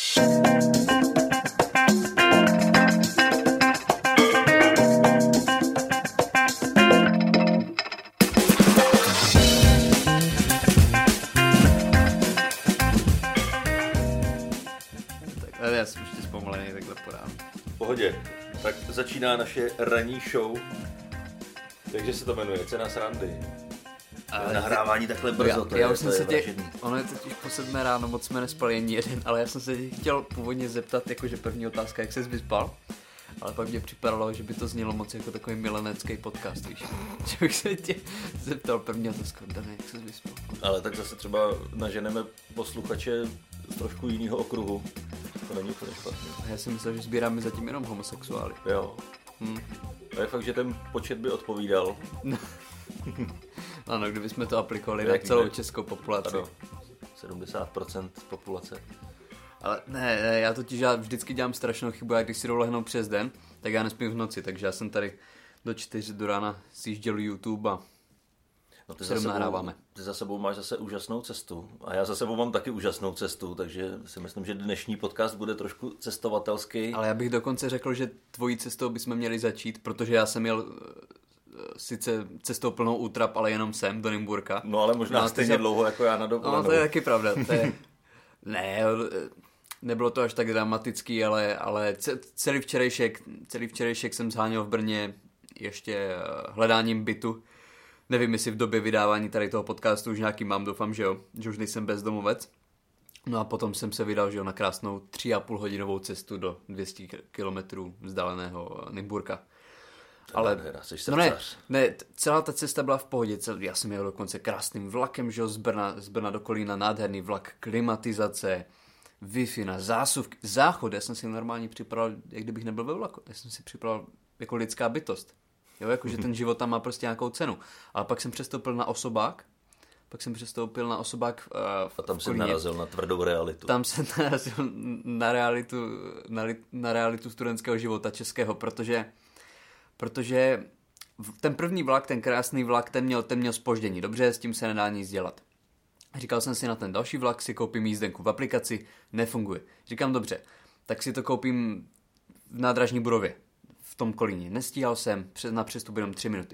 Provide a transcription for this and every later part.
Já jsem ještě zpomalený takhle podám. V pohodě. Tak začíná naše ranní show. Takže se to jmenuje Cena srandy. Nahrávání takhle brzo, to je vražedný. Ono je totiž po 7 ráno, moc jsme nespali ani jeden, ale já jsem se chtěl původně zeptat, jakože první otázka, jak ses vyspal. Ale pak mě připadalo, že by to znělo moc jako takový milenecký podcast, víš. Že bych se tě zeptal první otázku, Dane, jak ses vyspal. Ale tak zase třeba naženeme posluchače z trošku jiného okruhu. To není úplně špatný. Já si myslel, že sbíráme zatím jenom homosexuály. Jo. A je fakt, že ten počet by odpovídal. Ano, kdybychom to aplikovali na celou českou populaci. Ano, 70% populace. Ale ne, já vždycky dělám strašnou chybu, jak když si dolehnou přes den, tak já nespím v noci, takže já jsem tady do 4 do rána sjížděl YouTube a nahráváme. Ty za sebou máš zase úžasnou cestu a já za sebou mám taky úžasnou cestu, takže si myslím, že dnešní podcast bude trošku cestovatelský. Ale já bych dokonce řekl, že tvojí cestou bychom měli začít, protože já jsem jel sice cestou plnou útrap, ale jenom sem do Nymburka. No ale možná stejně dlouho jako já na dovolenou. No to je taky pravda. Ne, nebylo to až tak dramatický, ale celý včerejšek jsem zháněl v Brně ještě hledáním bytu. Nevím, jestli v době vydávání tady toho podcastu už nějaký mám, doufám, že jo, že už nejsem bezdomovec. No a potom jsem se vydal, že jo, na krásnou 3,5 hodinovou cestu do 200 kilometrů vzdáleného Nymburka. Ale ne, celá ta cesta byla v pohodě, já jsem jel dokonce krásným vlakem, že jo, z Brna do Kolína, nádherný vlak, klimatizace, Wi-Fi na zásuvky, záchod, já jsem si normálně připravil, jak kdybych nebyl ve vlaku, já jsem si připravil jako lidská bytost, jo, jakože ten život tam má prostě nějakou cenu, ale pak jsem přestoupil na osobák, a tam jsem narazil na tvrdou realitu. Tam jsem narazil na realitu studentského života českého, protože ten první vlak, ten krásný vlak, ten měl zpoždění. Dobře, s tím se nedá nic dělat. Říkal jsem si, na ten další vlak si koupím jízdenku v aplikaci, nefunguje. Říkám, dobře, tak si to koupím v nádražní budově, v tom Kolíně. Nestíhal jsem, na přestup jenom 3 minuty.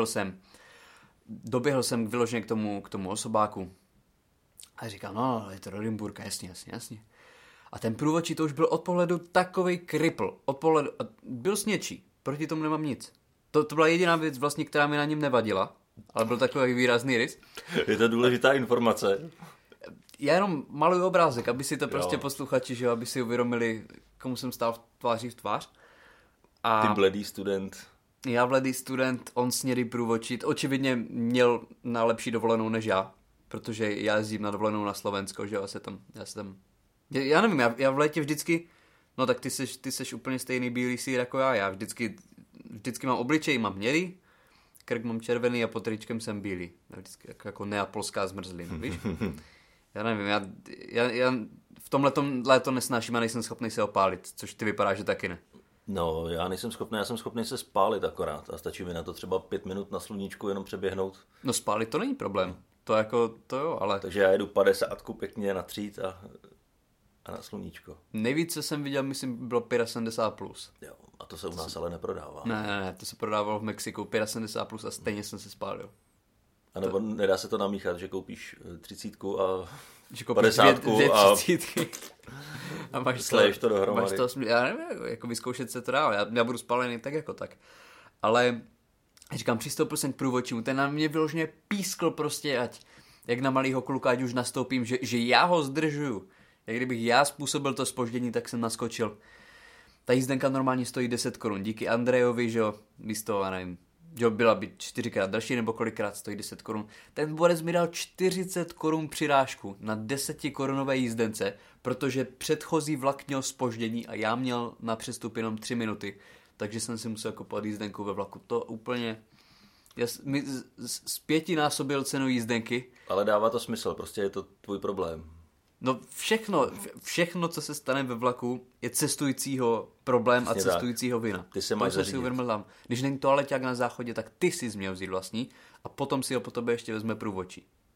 Doběhl jsem vyloženě k tomu osobáku. A říkal, no, ale je to do Nymburka, jasně. A ten průvodčí to už byl od pohledu takovej kripl. Byl sněčí. Proti tomu nemám nic. To byla jediná věc vlastně, která mi na něm nevadila, ale byl takový výrazný rys. Je to důležitá informace. Já jenom maluju obrázek, aby si to prostě posluchači, že aby si uvědomili, komu jsem stál tváří v tvář. Ty bledý student. Já bledý student, on snědý průvodčí. Očividně měl na lepší dovolenou než já, protože já jezdím na dovolenou na Slovensko, že já nevím, já v létě vždycky. No tak ty seš úplně stejný bílý sýr jako já vždycky mám obličej, mám hnědý, krk mám červený a pod tričkem jsem bílý. Já vždycky jako neapolská zmrzlina, víš? Já nevím, já v tomhletom léto nesnáším a nejsem schopný se opálit, což ty vypadá, že taky ne. No, já jsem schopný se spálit akorát a stačí mi na to třeba 5 minut na sluníčku jenom přeběhnout. No spálit to není problém, to jo, ale... Takže já jedu 50 pěkně natřít a na sluníčko. Nejvíce jsem viděl, myslím, bylo 75+. Jo, a to se u nás ale neprodává. Ne, to se prodávalo v Mexiku, 75+ a stejně jsem se spálil. A nebo nedá se to namíchat, že koupíš 30 a že 50 dvě a 30 a máš sleješ to dohromady. Já nevím, jako vyzkoušet se to dá, já budu spálený tak jako tak. Ale říkám, přistoupil jsem k průvodčímu, ten na mě vyloženě pískl prostě, ať jak na malýho kluka, ať už nastoupím, že já ho zdržuju. Jak kdybych já způsobil to zpoždění, tak jsem naskočil. Ta jízdenka normálně stojí 10 korun. Díky Andrejovi, že jo, místo, já nevím, že byla by 4krát další, nebo kolikrát stojí 10 korun. Ten borec mi dal 40 korun přirážku na 10 korunové jízdence, protože předchozí vlak měl zpoždění a já měl na přestup jenom 3 minuty. Takže jsem si musel kupovat jízdenku ve vlaku. To úplně... mi zpětinásobil cenu jízdenky. Ale dává to smysl, prostě je to tvůj problém. No všechno, co se stane ve vlaku, je cestujícího problém. Přesně a cestujícího vina. Ty se máš zařídit. Když není toaleťák na záchodě, tak ty si měl vzít vlastní a potom si ho po tobě ještě vezme průvodčí.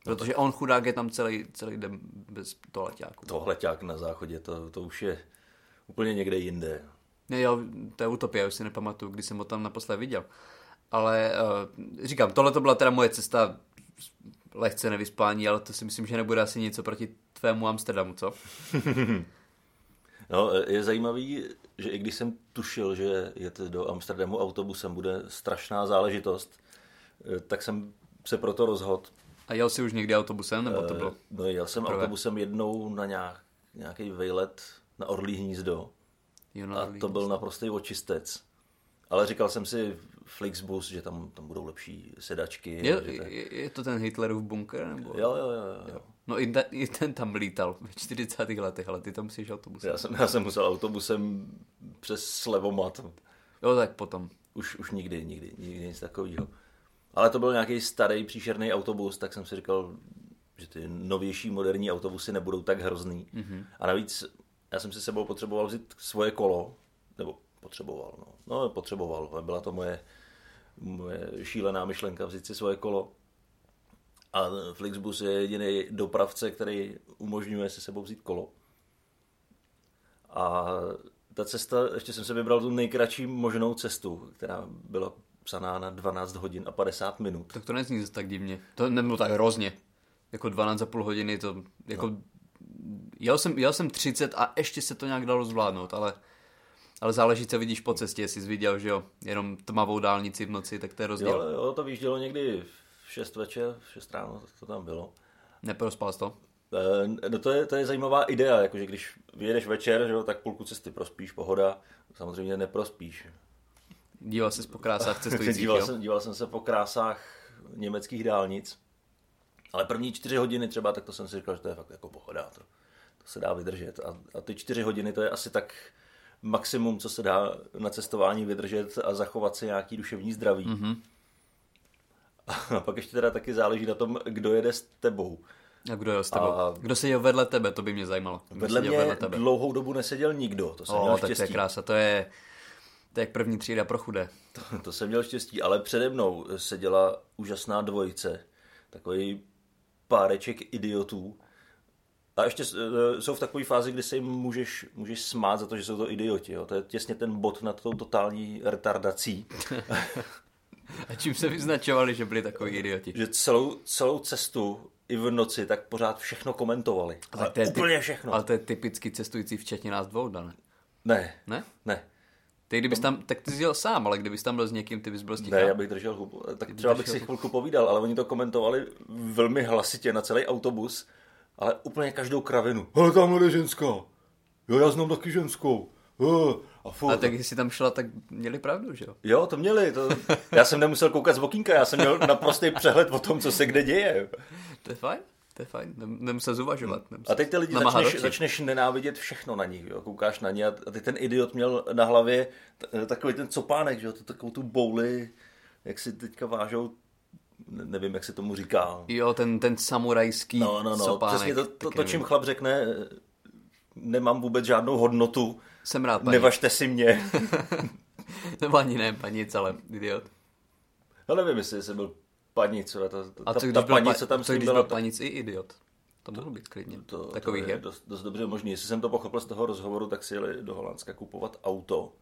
Protože on chudák je tam celý den bez toaleťáku. Toaleťák na záchodě, to už je úplně někde jinde. Ne, jo, to je utopie, já už si nepamatuju, kdy jsem ho tam naposled viděl. Ale říkám, tohle to byla teda moje cesta lehce nevyspání, ale to si myslím, že nebude asi něco proti tvému Amsterdamu, co? No, je zajímavý, že i když jsem tušil, že jet do Amsterdamu autobusem bude strašná záležitost, tak jsem se proto rozhodl. A jel jsi už někdy autobusem, nebo to bylo? No, jel jsem autobusem jednou na nějaký vejlet na Orlí hnízdo. A to byl naprostý očistec. Ale říkal jsem si Flixbus, že tam budou lepší sedačky. Je to ten Hitlerův bunkr? Nebo? Jo. No i ten tam lítal ve 40. letech, ale ty tam musíš autobusem. Já jsem musel autobusem přes Slevomat. Jo, tak potom. Už nikdy nic takového. Ale to byl nějaký starý příšerný autobus, tak jsem si říkal, že ty novější moderní autobusy nebudou tak hrozný. Mm-hmm. A navíc já jsem si sebou potřeboval vzít svoje kolo, nebo potřeboval. Byla to moje šílená myšlenka vzít si svoje kolo. A Flixbus je jediný dopravce, který umožňuje si sebou vzít kolo. A ta cesta, ještě jsem se vybral tu nejkratší možnou cestu, která byla psaná na 12 hodin a 50 minut. Tak to nezní zase tak divně. To nebylo tak hrozně. Jako 12,5 hodiny to jako... No. Jel jsem 30 a ještě se to nějak dalo zvládnout, ale záleží, co vidíš po cestě, jestli jsi viděl, že jo, jenom tmavou dálnici v noci, tak to je rozdíl. Jo, to vyjíždělo někdy v 6 večer, v 6 ráno, to tam bylo. Neprospal jsi to? No to je zajímavá idea, jakože když vyjedeš večer, že jo, tak půlku cesty prospíš, pohoda, samozřejmě neprospíš. Díval jsi po krásách cestujících, Díval jsem se po krásách německých dálnic, ale první 4 hodiny třeba, tak to jsem si říkal, že to je fakt jako pohoda, to se dá vydržet. A ty 4 hodiny to je asi tak maximum, co se dá na cestování vydržet a zachovat si nějaký duševní zdraví. Mm-hmm. A pak ještě teda taky záleží na tom, kdo jede s tebou. A kdo jel s tebou? Kdo seděl vedle tebe, to by mě zajímalo. Vedle mě dlouhou dobu neseděl nikdo, to jsem měl štěstí. Tak to je krása, to je jak první třída pro chudé. To jsem měl štěstí, ale přede mnou seděla úžasná dvojice, takový páreček idiotů. A ještě jsou v takové fázi, kdy se jim můžeš smát za to, že jsou to idioti. Jo? To je těsně ten bod nad tou totální retardací. A čím se vyznačovali, že byli takový idioti? Že celou cestu i v noci tak pořád všechno komentovali. Úplně všechno. Ale to je typicky cestující včetně nás dvou, Dane. Ne. Ty kdybys tam, tak ty jsi jel sám, ale kdybys tam byl s někým, ty bys byl stichá. Ne, já bych držel hubu. Tak třeba bych si chvilku povídal, ale oni to komentovali velmi hlasitě na celý autobus, ale úplně každou kravinu. Hele, tamhle je ženská. Jo, já znám taky ženskou. A tak jestli tam šla, tak měli pravdu, že jo? Jo, to měli. Já jsem nemusel koukat z okýnka, já jsem měl naprostý přehled o tom, co se kde děje. To je fajn. Nemusel zúvažovat. A teď ty lidi začneš nenávidět všechno na nich, jo? Koukáš na ně a teď ten idiot měl na hlavě takový ten copánek, že jo? Takovou tu bouli, jak si teďka vážou, nevím, jak se tomu říká. Jo, ten samurajský copánek. Přesně to, čím chlap řekne, nemám vůbec žádnou hodnotu. Jsem rád, paní. Nevažte si mě. Nebo ani ne, paní, ale idiot. No nevím, jestli jsem byl panic. A co když byl panic i idiot? To mohl být klidně. Takových je dost dobře možný. Jestli jsem to pochopil z toho rozhovoru, tak si jeli do Holandska kupovat auto.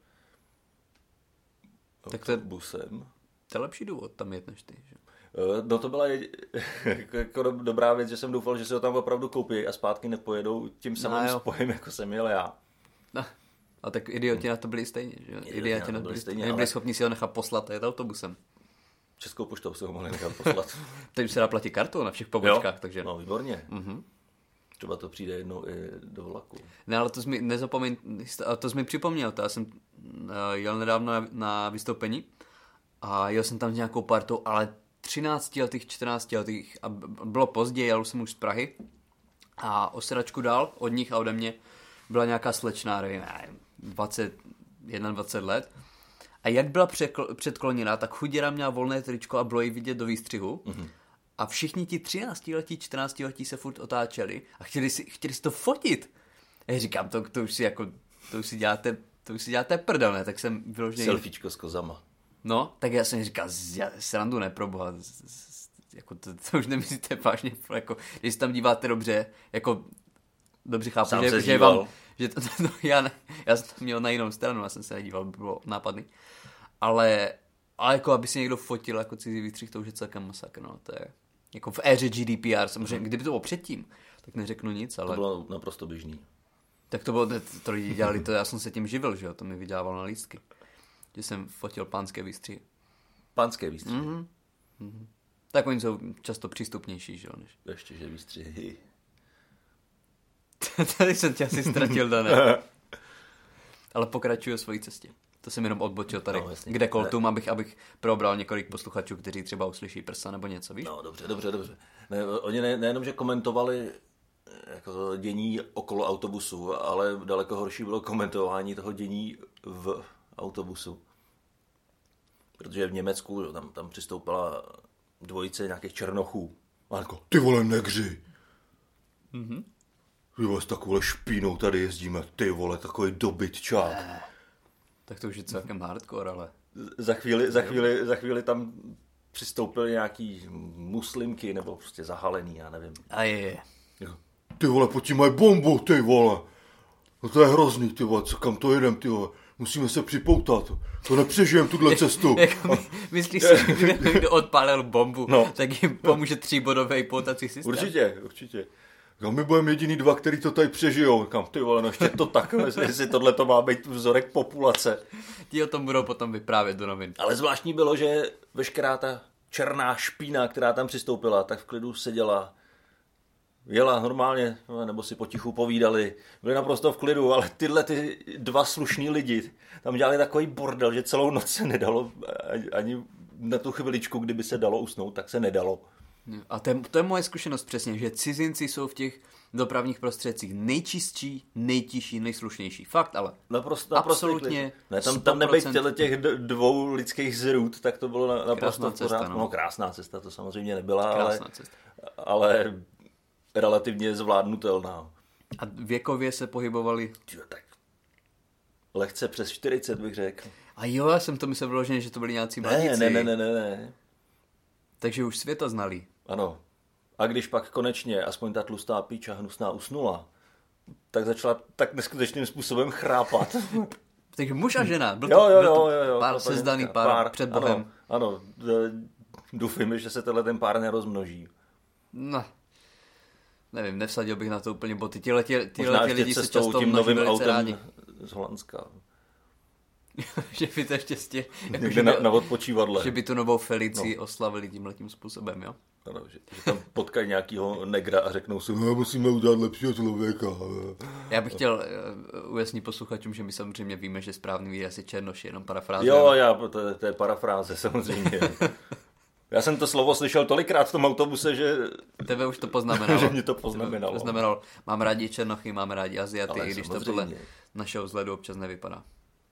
Tak to je busem. To je lepší důvod tam jet než ty, že? No to byla jako dobrá věc, že jsem doufal, že si ho tam opravdu koupí a zpátky nepojedou tím samým spojem, jako jsem jel já. No. A tak idioti na to byli stejně, že jo? Idioti na to byli stejně. Nebyli schopni si ho nechat poslat a jet autobusem. Českou poštou se ho mohli nechat poslat. Teď už se dá platit kartou na všech pobočkách, jo? Takže... No, výborně. Mm-hmm. Třeba to přijde jednou i do vlaku. Ne, ale to jsi mi nezapomeň, to jsi mi připomněl, já jsem jel nedávno na vystoupení a jel jsem tam s nějakou partou, ale 13 letých, 14 letých a bylo pozdě, jel jsem už z Prahy a o sedačku dál od nich a ode mě byla nějaká slečná, nevím, 21 let. A jak byla předkloněná, tak chuděra měla volné tričko a bylo jí vidět do výstřihu. Mm-hmm. A všichni ti 13letí, 14letí se furt otáčeli a chtěli si to fotit. A já říkám, to už si děláte prdel, ne? Tak jsem vyložený... Selfiečko s kozama. No, tak já jsem říkal, srandu neproboha. jako to už nemyslíte vážně, jako, když se tam díváte dobře, jako dobře chápu, že vám, že no, já jsem to měl na jinou stranu, já jsem se nedíval, by bylo nápadný, ale jako aby si někdo fotil jako cizí výstřih, to už je celkem masakr, no, to je jako v éře GDPR, samozřejmě, kdyby to bylo předtím, tak neřeknu nic, ale... To bylo naprosto běžný. Tak to bylo, to lidi dělali, to já jsem se tím živil, že jo, to mi vydával na lístky, že jsem fotil pánské výstřihy. Pánské výstřihy? Tak oni jsou často přístupnější, že jo, než... Ještě, že výstřihy. Tady jsem tě asi ztratil, Dané. Ale pokračuju o svojí cestě. To jsem jenom odbočil tady, kde koltum, abych probral několik posluchačů, kteří třeba uslyší prsa nebo něco, víš? No, dobře. Ne, oni nejenom, že komentovali jako dění okolo autobusu, ale daleko horší bylo komentování toho dění v autobusu. Protože v Německu tam přistoupila dvojice nějakých černochů. A jako, ty vole, negři. Ty vole, s takovou špínou tady jezdíme, ty vole, takový dobytčák. Tak to už je celkem hardcore, ale... Za chvíli tam přistoupily nějaký muslimky, nebo prostě zahalený, já nevím. A je. Ty vole, pojď ti mají bombu, ty vole. No to je hrozný, ty vole, co kam to jedem, ty vole. Musíme se připoutat, to nepřežijem tuhle cestu. Myslíš si, že kdo odpálil bombu, tak jim pomůže 3bodový poutací systém? Určitě. No, my budeme jediný dva, který to tady přežijou. Kam, ty vole, no ještě to tak, jestli tohle to má být vzorek populace. Ti o tom budou potom vyprávět do novin. Ale zvláštní bylo, že veškerá ta černá špína, která tam přistoupila, tak v klidu seděla, jela normálně, nebo si potichu povídali, byli naprosto v klidu, ale tyhle ty dva slušní lidi tam dělali takový bordel, že celou noc se nedalo, ani na tu chviličku, kdyby se dalo usnout, tak se nedalo. A to je moje zkušenost přesně, že cizinci jsou v těch dopravních prostředcích nejčistší, nejtižší, nejslušnější. Fakt, ale naprosto absolutně. Ne, tam nebejt těch dvou lidských zrůd, tak to bylo naprosto v pořádku. No, krásná cesta to samozřejmě nebyla, ale relativně zvládnutelná. A věkově se pohybovali? Tak lehce přes 40 bych řekl. A jo, já jsem to myslel vyloženě, že to byli nějací mladíci. Ne. Takže už světa znali. Ano. A když pak konečně aspoň ta tlustá píča hnusná usnula, tak začala tak neskutečným způsobem chrápat. Takže muž a žena. Byl to pár sezdaný pár před Bohem. Ano. Doufujeme, že se tenhle pár nerozmnoží. No. Nevím, nevsadil bych na to úplně boty. Tihle lidi se často tím novým autem rádi. Z Holandska. Že by to ještě někde na odpočívadle. Že by tu novou Felici oslavili tímhletím způsobem, jo? Ano, že tam potkají nějakýho negra a řeknou si, musíme udělat lepšího člověka. Já bych chtěl ujasnit posluchačům, že my samozřejmě víme, že správný výraz je černoši, jenom parafráze. Jo, to je parafráze samozřejmě. Já jsem to slovo slyšel tolikrát v tom autobuse, že... Tebe už to poznamenalo. Že mě to poznamenalo. Mám rádi černochy, máme rádi Aziaty, i když to podle našeho vzhledu občas nevypadá.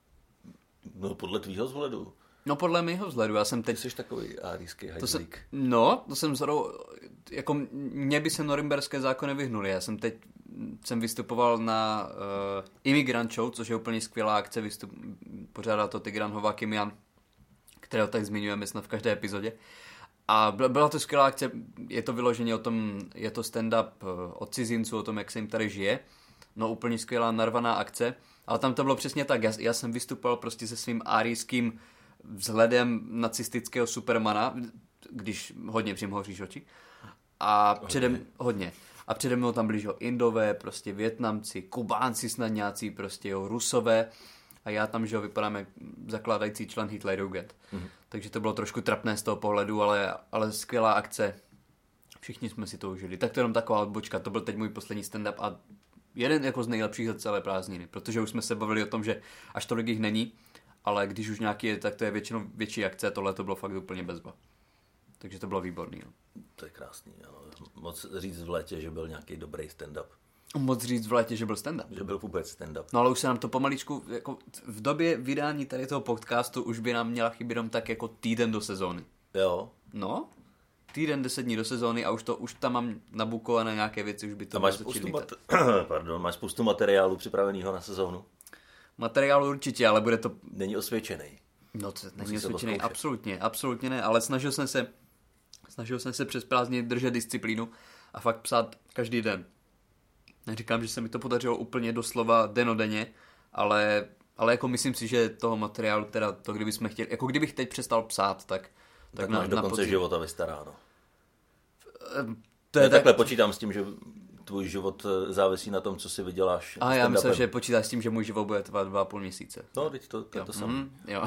No podle tvýho vzhledu. No podle mého vzhledu, já jsem teď... Ty jsi takový árijský hajzlík. To jsem zhodou, jako mě by se norimberské zákony vyhnuly. Já jsem vystupoval na Immigrant Show, což je úplně skvělá akce, pořádá to Tigran Hovakimian, kterého tak zmiňujeme snad v každé epizodě. A byla to skvělá akce, je to vyloženě o tom, je to stand-up od cizinců, o tom, jak se jim tady žije. No úplně skvělá narvaná akce, ale tam to bylo přesně tak. Já jsem vystupoval prostě se svým árijským vzhledem nacistického supermana, když hodně přimhoříš oči. A přede mnou tam byli Indové, prostě Vietnamci, Kubánci snad nějací, prostě Rusové. A já tam, že vypadám jak zakládající člen Hitlerjugend. Takže to bylo trošku trapné z toho pohledu, ale skvělá akce. Všichni jsme si to užili. Tak to je jenom taková odbočka. To byl teď můj poslední stand-up a jeden jako z nejlepších za celé prázdniny. Protože už jsme se bavili o tom, že až tolik jich není, ale když už nějaký je, tak to je většinou větší akce. Tohle to bylo fakt úplně bezba. Takže to bylo výborný. No. To je krásný. Jo. Moc říct v létě, že byl nějaký dobrý stand-up. Moc říct v létě, že byl stand-up. Že byl vůbec stand-up. No ale už se nám to pomaličku, jako v době vydání tady toho podcastu už by nám měla chybět tak jako týden do sezóny. Jo. No, týden 10 dní do sezóny a už tam mám nabukované nějaké věci, už by to máš spoustu materiálu připraveného na sezónu. Materiálu určitě, ale bude to... Není osvědčený. No to není osvědčený, absolutně ne, ale snažil jsem se Snažil jsem se přes prázdniny držet disciplínu a fakt psát každý den. Neříkám, že se mi to podařilo úplně doslova dennodenně, ale jako myslím si, že toho materiálu, teda to, kdybychom chtěli, jako kdybych teď přestal psát, tak máš do konce života vystaráno. To je takhle počítám s tím, že tvůj život závisí na tom, co si vyděláš. A já myslím, že počítáš s tím, že můj život bude trvat 2,5 měsíce. No, teď to je to samé. Jo.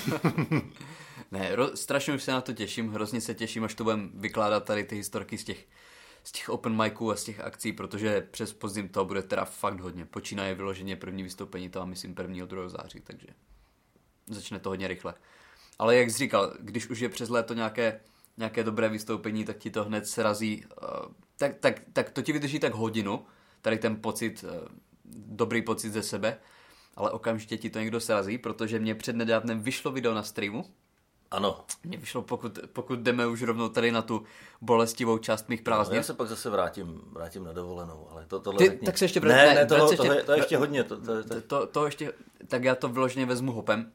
Ne, strašně už se na to těším, hrozně se těším, až to budeme vykládat tady ty historky z těch open miců a z těch akcí, protože přes podzim toho bude teda fakt hodně. Počínaje vyloženě první vystoupení, to a myslím 1. 2. září, takže začne to hodně rychle. Ale jak jsi říkal, když už je přes léto nějaké dobré vystoupení, tak ti to hned srazí, tak to ti vydrží tak hodinu, tady ten pocit, dobrý pocit ze sebe, ale okamžitě ti to někdo srazí, protože mě přednedávnem vyšlo video na streamu. Ano. Mně vyšlo, pokud jdeme už rovnou tady na tu bolestivou část mých prázdnin. Já se pak zase vrátím na dovolenou, ale tohle řekni. Tak se ještě to je ještě hodně. To ještě, tak já to vložně vezmu hopem.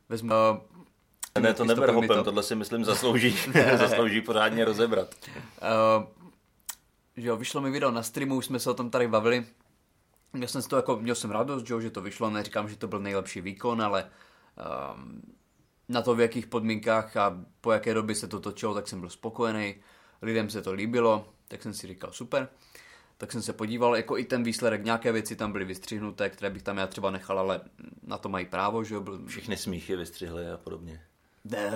Ne, to neber hopem, tohle si myslím zaslouží pořádně rozebrat. Že jo, vyšlo mi video na streamu, už jsme se o tom tady bavili. Měl jsem radost, že to vyšlo, neříkám, že to byl nejlepší výkon, ale na to, v jakých podmínkách a po jaké době se to točilo, tak jsem byl spokojený. Lidem se to líbilo, tak jsem si říkal super. Tak jsem se podíval, jako i ten výsledek, nějaké věci tam byly vystřihnuté, které bych tam já třeba nechal, ale na to mají právo, že jo. Všechny smíchy vystřihly a podobně. Ne.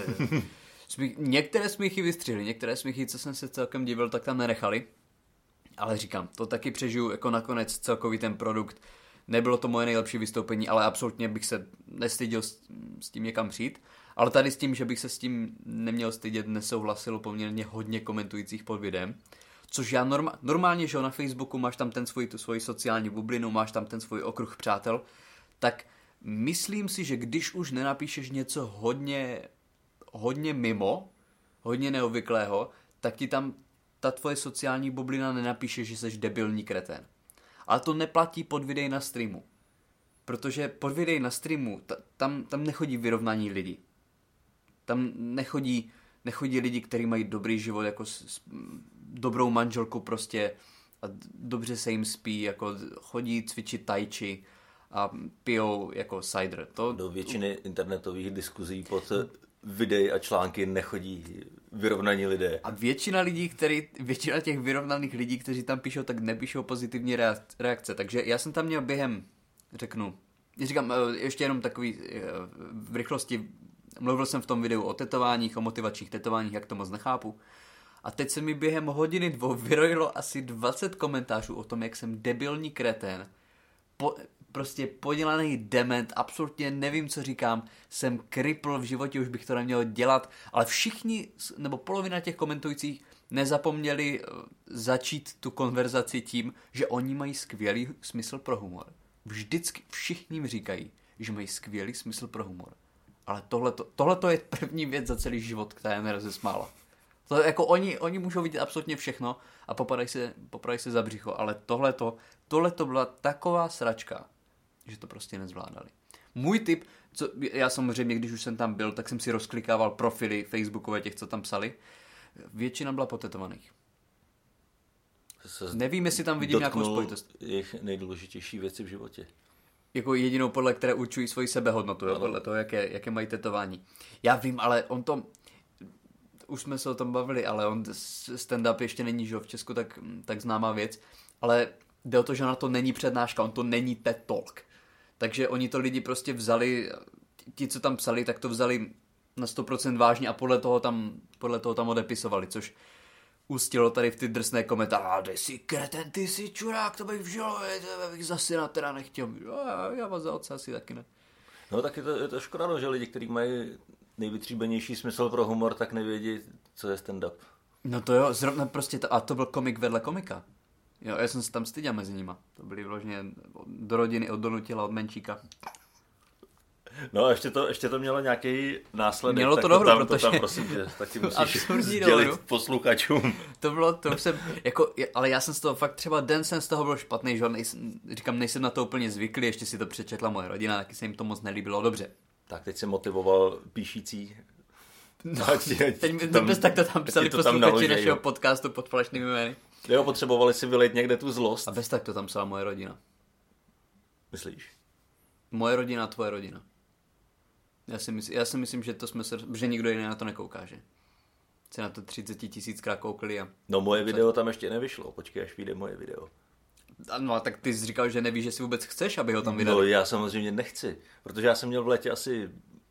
Některé smíchy vystřihli, některé smíchy, co jsem se celkem divil, tak tam nenechali. Ale říkám, to taky přežiju jako nakonec celkový ten produkt. Nebylo to moje nejlepší vystoupení, ale absolutně bych se nestyděl s tím někam přijít. Ale tady s tím, že bych se s tím neměl stydět, nesouhlasilo poměrně hodně komentujících pod videem. Což já normálně, že na Facebooku máš tam tu svoji sociální bublinu, máš tam ten svůj okruh přátel, tak myslím si, že když už nenapíšeš něco hodně mimo, hodně neobvyklého, tak ti tam ta tvoje sociální bublina nenapíše, že jsi debilní kretén. Ale to neplatí pod videí na streamu. Protože pod videí na streamu tam nechodí vyrovnaní lidi. Tam nechodí lidi, kteří mají dobrý život, jako dobrou manželku prostě a dobře se jim spí, jako chodí cvičit tai chi a pijou jako cider. Do většiny internetových diskuzí pod videí a články nechodí vyrovnaní lidé. A většina těch vyrovnaných lidí, kteří tam píšou, tak nepíšou pozitivní reakce. Takže já jsem tam měl říkám ještě jenom takový v rychlosti, mluvil jsem v tom videu o tetováních, o motivačních tetováních, jak to moc nechápu. A teď se mi během hodiny 2 vyrojilo asi 20 komentářů o tom, jak jsem debilní kretén. Prostě podělaný dement, absolutně nevím, co říkám, jsem kripl, v životě už bych to neměl dělat, ale všichni, nebo polovina těch komentujících nezapomněli začít tu konverzaci tím, že oni mají skvělý smysl pro humor. Vždycky všichni mi říkají, že mají skvělý smysl pro humor. Ale tohleto je první věc za celý život, která mě rozesmála. To jako oni můžou vidět absolutně všechno a popadají se za břicho, ale tohleto byla taková sračka, že to prostě nezvládali. Můj tip, já samozřejmě, když už jsem tam byl, tak jsem si rozklikával profily facebookové těch, co tam psali. Většina byla potetovaných. Nevím, jestli tam vidím nějakou spojitost. Jejich nejdůležitější věci v životě. Jako jedinou, podle které určují svoji sebehodnotu, jo? Podle toho, jaké mají tetování. Já vím, ale on to... Už jsme se o tom bavili, ale on stand-up ještě není, že v Česku tak známá věc. Ale jde o to, že na to není přednáška, on to není TED Talk. Takže oni to lidi prostě vzali, ti, co tam psali, tak to vzali na 100% vážně a podle toho tam odepisovali, což ústilo tady v ty drsné komentáře. Ty jsi kreten, ty jsi čurák, to bych v životě, bych zase na teda nechtěl. Já vás za otce asi taky ne. No tak je to škoda, no, že lidi, kteří mají nejvytříbenější smysl pro humor, tak nevědí, co je stand-up. No to jo, zrovna prostě a to byl komik vedle komika. Jo, já jsem se tam styděl mezi nima. To byly vložně do rodiny, od Donutila, od Menčíka. No a ještě to mělo nějaký následek. Mělo to dohru, protože... To tam prosím, že taky musíš sdělit posluchačům. Ale já jsem z toho fakt třeba den jsem z toho byl špatný, že nejsem na to úplně zvyklý, ještě si to přečetla moje rodina, taky se jim to moc nelíbilo, dobře. Tak teď jsem motivoval píšící No, bez tak to tam psali posluchači našeho podcastu pod falešnými jmény. Jo, potřebovali si vylejt někde tu zlost. A bez tak to tam psala moje rodina. Myslíš? Moje rodina, tvoje rodina. Já si myslím, že že nikdo jiný na to nekouká, že? Se na to 30 000krát koukli a... No moje video tam ještě nevyšlo, počkej, až vyjde moje video. No a tak ty jsi říkal, že nevíš, že si vůbec chceš, aby ho tam vydali. No já samozřejmě nechci, protože já jsem měl v létě asi,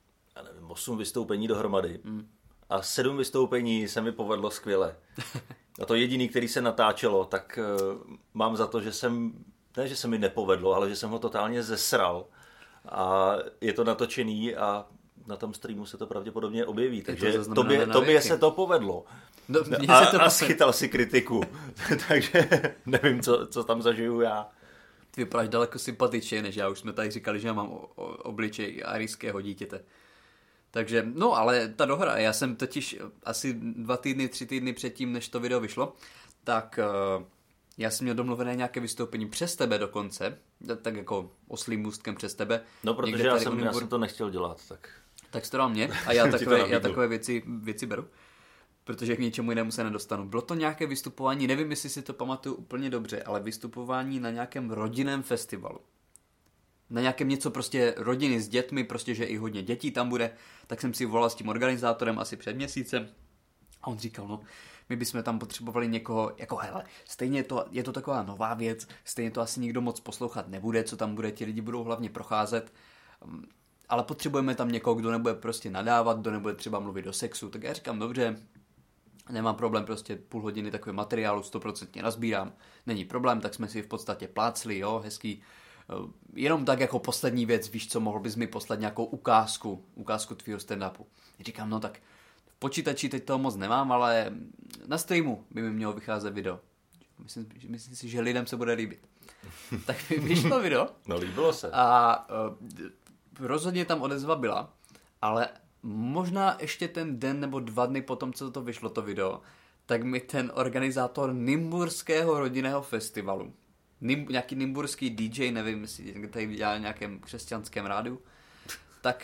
8 vystoupení dohromady. A 7 vystoupení se mi povedlo skvěle. A to jediný, který se natáčelo, tak mám za to, že že se mi nepovedlo, ale že jsem ho totálně zesral. A je to natočený a na tom streamu se to pravděpodobně objeví. Takže tobě se to povedlo. No, a schytal si kritiku. Takže nevím, co tam zažiju já. Ty vypadáš daleko sympatičně, než já. Už jsme tady říkali, že já mám obličej arijského dítěte. Takže, no ale ta dohra, já jsem totiž asi 2 týdny, 3 týdny předtím, než to video vyšlo, tak já jsem měl domluvené nějaké vystoupení přes tebe dokonce, tak jako oslým můstkem přes tebe. No, protože já jsem to nechtěl dělat, tak... Tak jsi to dal mě a já takové věci beru, protože k ničemu jinému se nedostanu. Bylo to nějaké vystupování, nevím, jestli si to pamatuju úplně dobře, ale vystupování na nějakém rodinném festivalu. Na nějakém něco prostě rodiny s dětmi, prostě, že i hodně dětí tam bude, tak jsem si volal s tím organizátorem asi před měsícem a on říkal, no, my bychom tam potřebovali někoho, jako hele, stejně je to taková nová věc, stejně to asi nikdo moc poslouchat nebude, co tam bude, ti lidi budou hlavně procházet, ale potřebujeme tam někoho, kdo nebude prostě nadávat, kdo nebude třeba mluvit o sexu, tak já říkám, dobře, nemám problém, prostě půl hodiny takového materiálu 100% nazbírám, není problém, tak jsme si v podstatě plácli, jo, hezký. Jenom tak jako poslední věc, víš co, mohl bys mi poslat nějakou ukázku tvýho stand-upu. Říkám, no tak v počítači teď toho moc nemám, ale na streamu by mi mělo vycházet video. Myslím si, že lidem se bude líbit. Tak mi vyšlo video. No líbilo se. A rozhodně tam odezva byla, ale možná ještě ten den nebo 2 dny potom, co to vyšlo to video, tak mi ten organizátor Nymburského rodinného festivalu, nějaký nymburský DJ, nevím, jestli tady dělá nějakém křesťanském rádiu, tak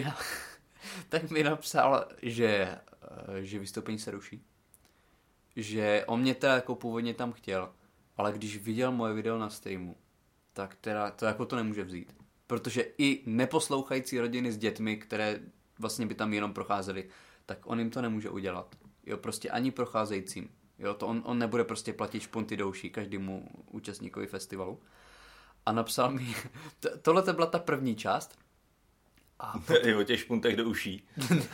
mi napsal, že vystoupení se ruší. Že on mě teda jako původně tam chtěl, ale když viděl moje video na streamu, tak teda to jako to nemůže vzít. Protože i neposlouchající rodiny s dětmi, které vlastně by tam jenom procházely, tak on jim to nemůže udělat. Jo, prostě ani procházejícím. Jo, to on nebude prostě platit špunty do uší každému účastníkovi festivalu. A napsal mi, tohle to byla ta první část. A potom, i o těch špuntech do uší.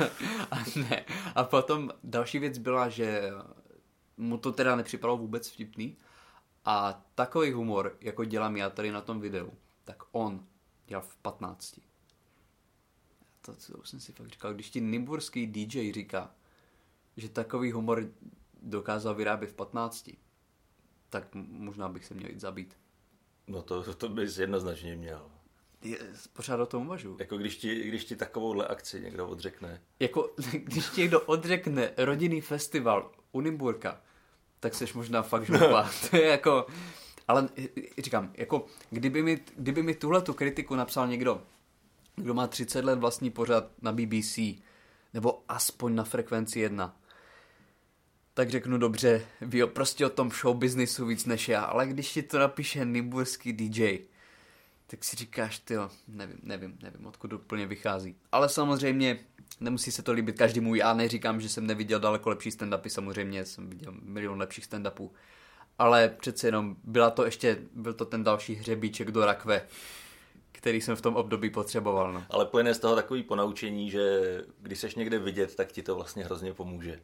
A potom další věc byla, že mu to teda nepřipadalo vůbec vtipný. A takový humor, jako dělám já tady na tom videu, tak on dělal v 15. To jsem si fakt říkal, když ti nymburský DJ říká, že takový humor dokázal vyrábět v 15, tak možná bych se měl jít zabít. No to bys jednoznačně měl. Pořád o tom uvažuji. Jako když ti takovouhle akci někdo odřekne. Jako když ti někdo odřekne rodinný festival u Nymburka, tak seš možná fakt žlupa. To je jako... Ale říkám, jako kdyby mi tuhletu kritiku napsal někdo, kdo má 30 let vlastní pořad na BBC, nebo aspoň na Frekvenci 1, tak řeknu dobře, ví prostě o tom showbiznisu víc než já, ale když ti to napíše nymburský DJ, tak si říkáš, tyjo, nevím, odkud úplně vychází. Ale samozřejmě nemusí se to líbit každému, já neříkám, že jsem neviděl daleko lepší stand-upy, samozřejmě jsem viděl milion lepších stand-upů, ale přece jenom byl to ten další hřebíček do rakve, který jsem v tom období potřeboval. No. Ale plyne z toho takový ponaučení, že když seš někde vidět, tak ti to vlastně hrozně pomůže.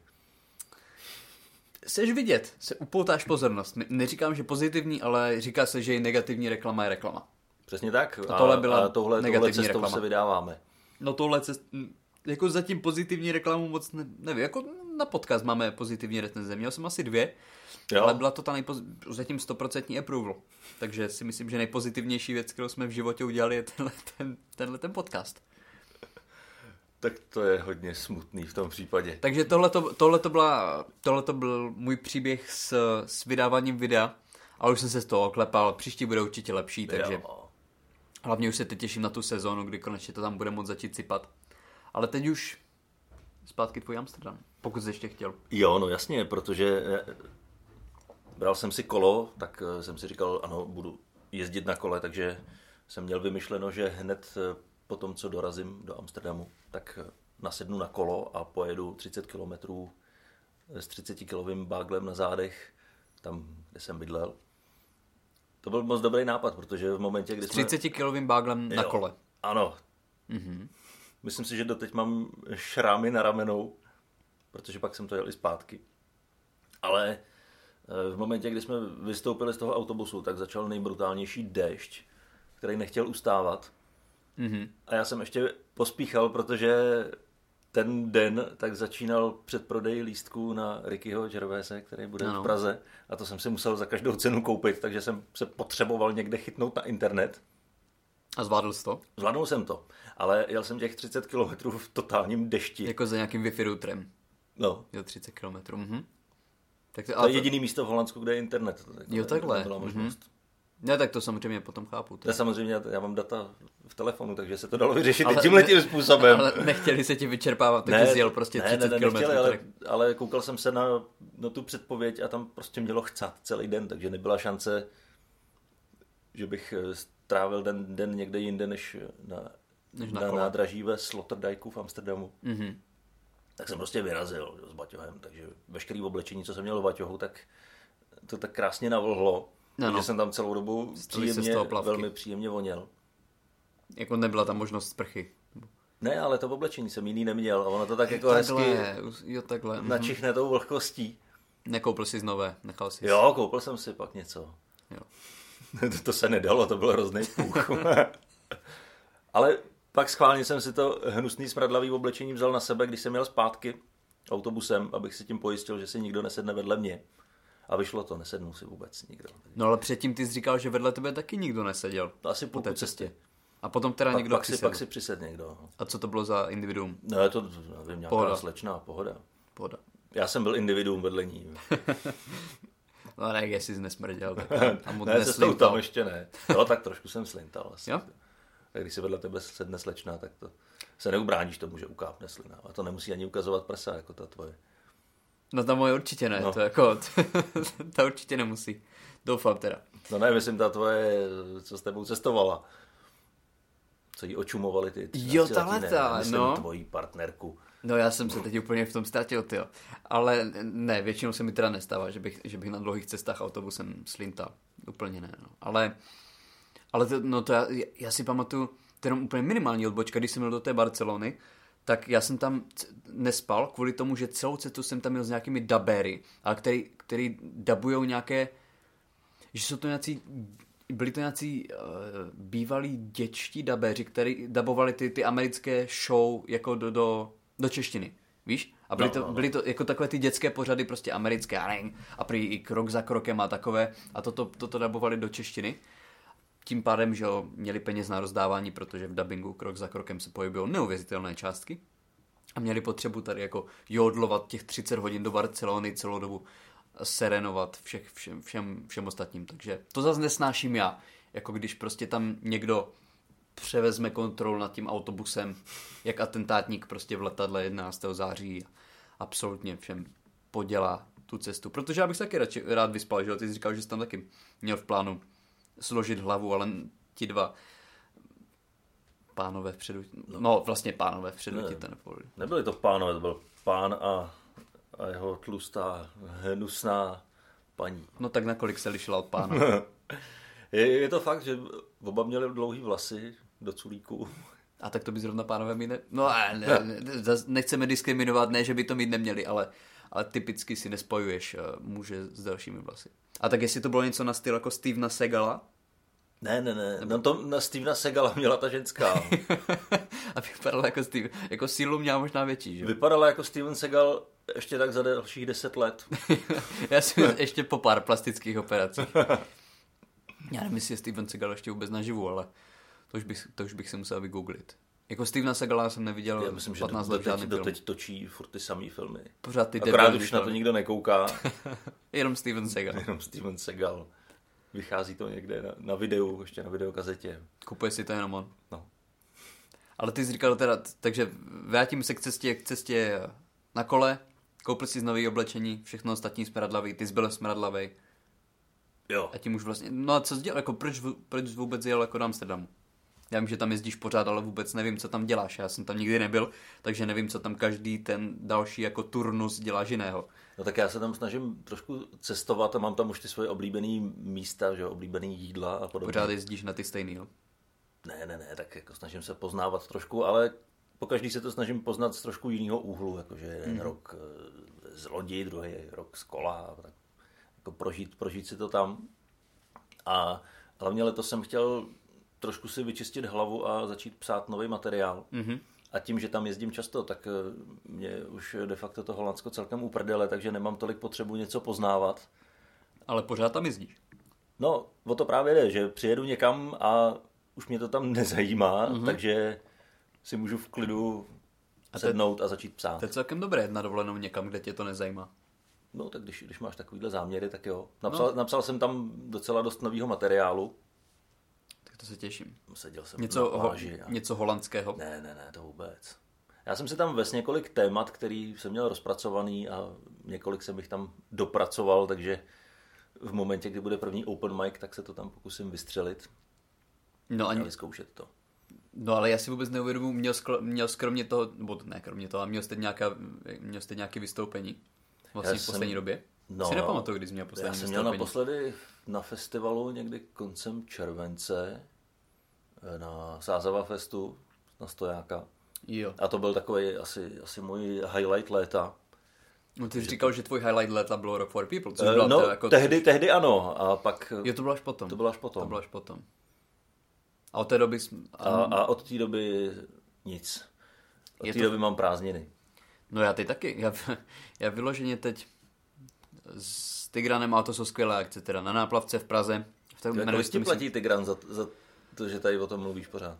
Seš vidět, se upoutáš pozornost. Neříkám, že pozitivní, ale říká se, že i negativní reklama je reklama. Přesně tak. A tohle cestou reklama. Se vydáváme. No tohle jako zatím pozitivní reklamu moc nevím. Jako na podcast máme pozitivní recenze. Měl jsem asi 2, ale byla to ta zatím 100% approval. Takže si myslím, že nejpozitivnější věc, kterou jsme v životě udělali, je tenhle ten podcast. Tak to je hodně smutný v tom případě. Takže tohle byl můj příběh s vydáváním videa, ale už jsem se z toho oklepal. Příští bude určitě lepší, takže hlavně už se teď těším na tu sezónu, kdy konečně to tam bude moc začít sypat. Ale teď už zpátky tvůj Amsterdam, pokud jsi ještě chtěl. Jo, no jasně, protože bral jsem si kolo, tak jsem si říkal, ano, budu jezdit na kole, takže jsem měl vymyšleno, že hned po tom, co dorazím do Amsterdamu, tak nasednu na kolo a pojedu 30 kilometrů s 30-kilovým báglem na zádech, tam, kde jsem bydlel. To byl moc dobrý nápad, protože v momentě, kdy s 30-kilovým báglem na kole. Ano. Myslím si, že doteď mám šrámy na ramenou, protože pak jsem to jel i zpátky. Ale v momentě, kdy jsme vystoupili z toho autobusu, tak začal nejbrutálnější déšť, který nechtěl ustávat. A já jsem ještě pospíchal, protože ten den tak začínal předprodej lístků na Rickyho Gervaise, který bude v Praze. A to jsem si musel za každou cenu koupit, takže jsem se potřeboval někde chytnout na internet. A zvládl jsi to? Zvládnul jsem to, ale jel jsem těch 30 kilometrů v totálním dešti. Jako za nějakým Wi-Fi routerem. No. Jel 30 kilometrů. Tak to je jediný místo v Holandsku, kde je internet. Jo, takhle. Byla možnost. Ne, tak to samozřejmě potom chápu. To je samozřejmě, já mám data v telefonu, takže se to dalo vyřešit i tímhletím způsobem. Ale nechtěli se ti vyčerpávat, takže jsi jel prostě 30 kilometrů. Ale koukal jsem se na tu předpověď a tam prostě mělo chcát celý den, takže nebyla šance, že bych strávil den někde jinde, než na nádraží ve Sloterdijku v Amsterdamu. Tak jsem prostě vyrazil s baťohem, takže veškerý oblečení, co jsem měl v baťohu, tak to tak krásně navlhlo. Takže jsem tam celou dobu velmi příjemně voněl. Jako nebyla tam možnost sprchy? Ne, ale to oblečení jsem jiný neměl a ono to tak jako hezky načichne tou vlhkostí. Nekoupil jsi nové, nechal jsi. Jo, koupil jsem si pak něco. Jo. To se nedalo, to byl hrozný půch. Ale pak schválně jsem si to hnusný smradlavý oblečení vzal na sebe, když jsem jel zpátky autobusem, abych si tím pojistil, že si nikdo nesedne vedle mě. A vyšlo to, nesednul si vůbec nikdo. No ale předtím ty jsi říkal, že vedle tebe taky nikdo neseděl. Asi po té cestě. A potom teda někdo přisedl. Pak si přisedl někdo. A co to bylo za individuum? No to nevím, nějaká slečná pohoda. Já jsem byl individuum vedle ní. No ne, jestli jsi nesmrděl. Tak ne, cestou tam ještě ne. No tak trošku jsem slintal asi. Jo? Tak když si vedle tebe sedne slečná, tak to se neubráníš tomu, že ukápne slina. A to nemusí ani ukazovat prsa, jako ta tvoje. No ta moje určitě ne, to jako, ta určitě nemusí. Doufám teda. No ne, myslím ta tvoje, co s tebou cestovala. Co jí očumovali ty 13letá, myslím tvojí partnerku. No já jsem se teď úplně v tom ztratil, tyjo. Ale ne, většinou se mi teda nestává, že bych na dlouhých cestách autobusem slintal. Úplně ne, no. Ale to já si pamatuju, to je jenom úplně minimální odbočka, když jsem měl do té Barcelony, tak já jsem tam nespal kvůli tomu, že celou cestu jsem tam měl s nějakými dabéry, ale který dabujou nějaké, že jsou to byli to nějací bývalí děčtí dabéři, který dabovali ty americké show jako do češtiny, víš? A byly to jako takové ty dětské pořady prostě americké, a prý i krok za krokem a takové, a toto dabovali do češtiny. Tím pádem, že měli peněz na rozdávání, protože v dabingu krok za krokem se pohybují neuvěřitelné částky a měli potřebu tady jako jodlovat těch 30 hodin do Barcelony celou dobu, serenovat všem ostatním. Takže to zase nesnáším já, jako když prostě tam někdo převezme kontrolu nad tím autobusem, jak atentátník prostě v letadle 11. září absolutně všem podělá tu cestu. Protože já bych se taky rád vyspal, že ty jsi říkal, že jsi tam taky měl v plánu složit hlavu, ale ti dva pánové vpředu, vlastně pánové vpředu ti to nepovolili. Nebyli to pánové, to byl pán a jeho tlustá, hnusná paní. No tak nakolik se lišila od pána? Je to fakt, že oba měli dlouhý vlasy do culíku. A tak to by zrovna pánové mít nechceme diskriminovat, ne, že by to mít neměli, ale typicky si nespojuješ muže s dalšími vlasy. A tak jestli to bylo něco na styl jako Stevena Segala? Ne. No to na Stevena Segala měla ta ženská. A vypadala jako Steven. Jako sílu měla možná větší, že? Vypadala jako Steven Segal ještě tak za dalších 10 let. Já jsem ještě po pár plastických operacích. Já nevím, jestli je Steven Segal ještě vůbec naživu, ale to už bych si musel vygooglit. Jako Stevena Segala jsem neviděl. Já myslím, 15 let žádný film. Doteď točí furt ty samý filmy. Pořád ty akorát už na to nikdo nekouká. Jenom Steven Segal. Jenom Steven Segal. Vychází to někde na videu, ještě na videokazetě. Kupuje si to jenom on. No. Ale ty jsi říkal teda, takže vrátím se k cestě na kole, koupil si nový oblečení, všechno ostatní smradlavý, ty jsi byl smradlavej. Jo. A tím už vlastně, no a co jsi dělal, jako proč vůbec jel jako do Amsterdamu? Já vím, že tam jezdíš pořád, ale vůbec nevím, co tam děláš. Já jsem tam nikdy nebyl, takže nevím, co tam každý ten další jako turnus děláš jiného. No tak já se tam snažím trošku cestovat a mám tam už ty svoje oblíbený místa, že jo, oblíbený jídla a podobně. Pořád jezdíš na ty stejný, jo? Ne, tak jako snažím se poznávat trošku, ale pokaždý se to snažím poznat z trošku jiného úhlu, jakože jeden rok z lodi, druhý rok z kola, tak jako prožít si to tam. A hlavně letos jsem chtěl trošku si vyčistit hlavu a začít psát nový materiál. Mm-hmm. A tím, že tam jezdím často, tak mě už de facto to Holandsko celkem uprdele, takže nemám tolik potřebu něco poznávat. Ale pořád tam jezdíš. No, o to právě jde, že přijedu někam a už mě to tam nezajímá, takže si můžu v klidu sednout a začít psát. To je celkem dobré jet na dovolenou někam, kde tě to nezajímá. No, tak když máš takovýhle záměry, tak jo. Napsal jsem tam docela dost nového materiálu. Tak to se těším. Seděl jsem něco holandského? Ne, to vůbec. Já jsem si tam vez několik témat, který jsem měl rozpracovaný a několik jsem jich tam dopracoval, takže v momentě, kdy bude první open mic, tak se to tam pokusím vystřelit. No a vyzkoušet to. No ale já si vůbec neuvědomuji, měl kromě toho, nebo ne kromě toho, měl jste nějaké vystoupení vlastně v poslední době? No, si nepamatuju, kdy jsi měl poslední vystoupení. Já jsem měl naposledy na festivalu někdy koncem července na Sázava Festu na Stojáka. Jo. A to byl takový asi můj highlight léta. No ty jsi říkal, že tvůj highlight léta bylo Rock for People. Což byla jako... tehdy ano. A pak... Jo, to bylo až potom. To bylo až potom. A od té doby... A od té doby nic. Od té doby mám prázdniny. No já ty taky. Já vyloženě teď s Tigranem, a to jsou skvělé akce, teda na Náplavce v Praze. Kolik ti platí Tigran za to, že tady o tom mluvíš pořád?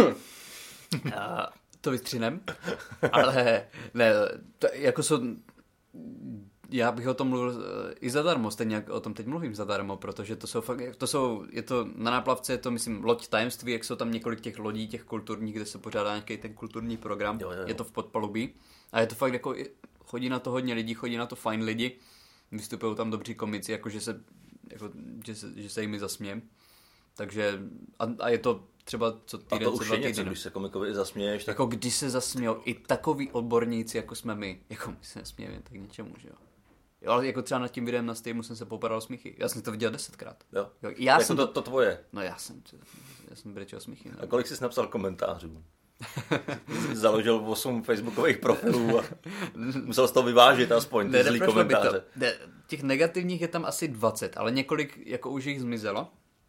To vystřinem, ale ne, to, jako jsou, já bych o tom mluvil i zadarmo, stejně jak o tom teď mluvím zadarmo, protože to jsou fakt, je to na Náplavce, je to myslím loď tajemství, jak jsou tam několik těch lodí, těch kulturních, kde se pořádá nějaký ten kulturní program, jo. Je to v podpalubí a je to fakt jako, chodí na to hodně lidí, chodí na to fajn lidi, vystupují tam dobří komici, jako že se jimi zasmějem, takže a je to třeba co týden, a to už je něco, když se komikovi zasměješ. Tak... Jako když se zasmějou i takový odborníci, jako jsme my. Jako my se nesmějeme tak něčemu, že jo. Jo, ale jako třeba nad tím videem na streamu jsem se popadal smíchy. Já jsem to viděl 10krát. Jo. Já jako jsem to tvoje. No já jsem brečel smíchy. No. A kolik jsi napsal komentářů? Založil 8 facebookových profilů a musel z toho vyvážit aspoň ty zlý komentáře. Těch negativních je tam asi 20, ale několik jako už jich zmizelo.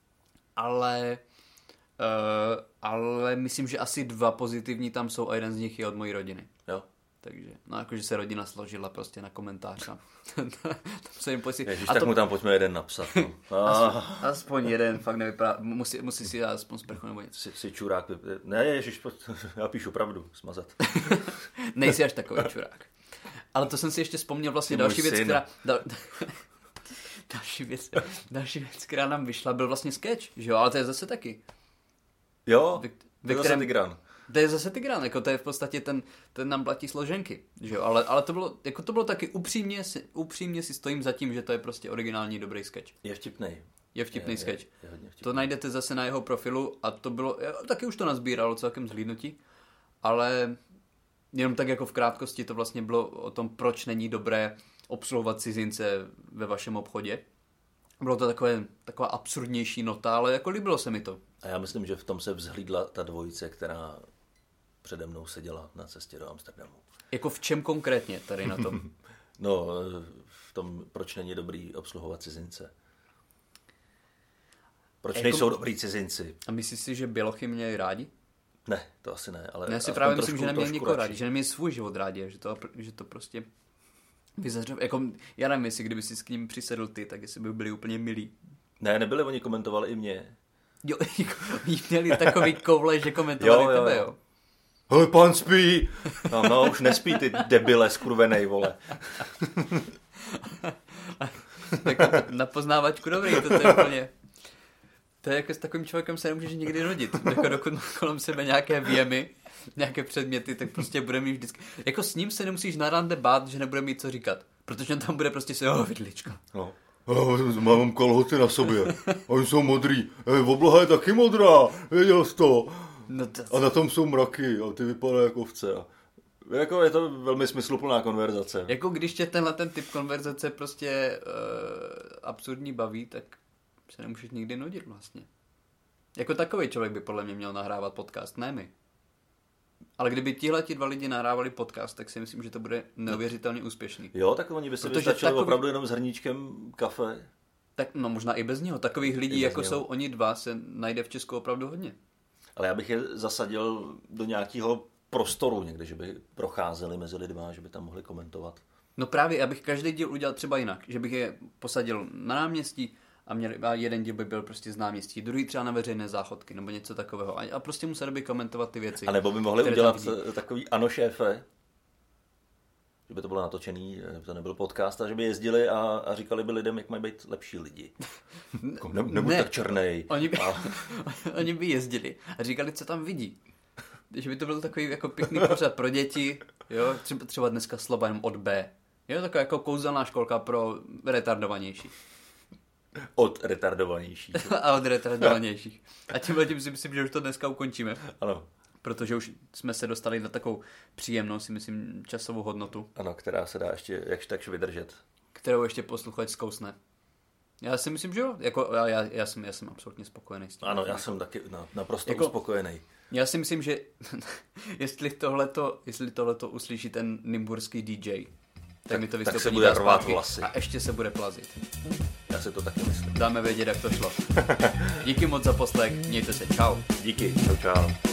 Ale myslím, že asi 2 pozitivní tam jsou a jeden z nich je od mojí rodiny. Jo. Takže, no jakože se rodina složila prostě na komentář. Ježiš, tak mu tam pojďme jeden napsat. No. Aspoň jeden, fakt nevypadá. Musí si dát aspoň sprchu nebo něco. Jsi čurák. Ne, ježiš, já píšu pravdu, smazat. Nejsi až takový čurák. Ale to jsem si ještě vzpomněl vlastně další věc, která... Další věc, která nám vyšla, byl vlastně sketch, že jo, ale to je zase taky. Jo, to je zase Tigran. To je zase Tigran, jako to je v podstatě ten nám platí složenky, že jo, ale to bylo taky upřímně si stojím za tím, že to je prostě originální dobrý sketch. Je vtipnej. Je vtipný sketch. Je to najdete zase na jeho profilu a to bylo, taky už to nazbíralo celkem zhlídnutí, ale jenom tak jako v krátkosti to vlastně bylo o tom, proč není dobré obsluhovat cizince ve vašem obchodě. Bylo to taková absurdnější nota, ale jako líbilo se mi to. A já myslím, že v tom se vzhlídla ta dvojice, která přede mnou seděla na cestě do Amsterdamu. Jako v čem konkrétně tady na tom? No, v tom, proč není dobrý obsluhovat cizince. Proč nejsou dobrý cizinci. A myslíš si, že bělochy měli rádi? Ne, to asi ne. Ale já si právě myslím, že neměli nikoho rádi, že neměli svůj život rádi, že to prostě vyzařil. Jako, já nevím, jestli kdyby si s ním přisedl ty, tak jestli by byli úplně milí. Ne, nebyli, oni komentovali i mě. Jo, měli takový koule, že komentovali tebe, jo. Hele, pán spí! No, už nespí ty debile skurvenej, vole. Tak na poznávačku dobrý, to je úplně... To je jako s takovým člověkem se nemůžeš nikdy rodit. Jako dokud má kolem sebe nějaké věmy, nějaké předměty, tak prostě bude mít vždycky... Jako s ním se nemusíš na rande bát, že nebude mít co říkat. Protože on tam bude prostě si, vidlička. No. Mám kalhoty na sobě. Oni jsou modrý. Obloha je taky modrá. Věděl jsi to? No a na tom jsou mraky a ty vypadají jako ovce. Jako je to velmi smysluplná konverzace. Jako když tě ten typ konverzace prostě absurdní baví, tak se nemůžeš nikdy nudit vlastně. Jako takový člověk by podle mě měl nahrávat podcast, ne my. Ale kdyby tihleti dva lidi nahrávali podcast, tak si myslím, že to bude neuvěřitelně úspěšný. Jo, tak oni by se vystačili opravdu jenom s hrníčkem kafe. Tak no možná i bez něho. Takových lidí, jako jsou oni dva, se najde v Česku opravdu hodně. Ale já bych je zasadil do nějakého prostoru někde, že by procházeli mezi lidma, že by tam mohli komentovat. No právě, já bych každý díl udělal třeba jinak. Že bych je posadil na náměstí a jeden díl by byl prostě z náměstí, druhý třeba na veřejné záchodky nebo něco takového. A prostě museli by komentovat ty věci. A nebo by mohli udělat takový ano šéfe, že by to bylo natočený, to nebyl podcast, a že by jezdili a říkali by lidem, jak mají být lepší lidi. Nebuď tak černej. Oni by jezdili a říkali, co tam vidí. Že by to byl takový jako pěkný pořad pro děti, jo, třeba dneska slova jenom od B. Jo, taková jako kouzelná školka pro retardovanější. Od retardovanějších. A od retardovanějších. A tím si myslím, že už to dneska ukončíme. Ano. Protože už jsme se dostali na takovou příjemnou, si myslím, časovou hodnotu. Ano, která se dá ještě jakž takž vydržet. Kterou ještě posluchač zkousne. Já si myslím, že jo. Jako, já jsem absolutně spokojený s tím. Ano, já jsem taky naprosto uspokojený. Já si myslím, že jestli tohleto uslyší ten nymburský DJ, tak mi to vystoupení tak se bude rvát vlasy. A ještě se bude plazit. Já si to taky myslím. Dáme vědět, jak to šlo. Díky moc za poslech, mějte se, čau. Díky, čau.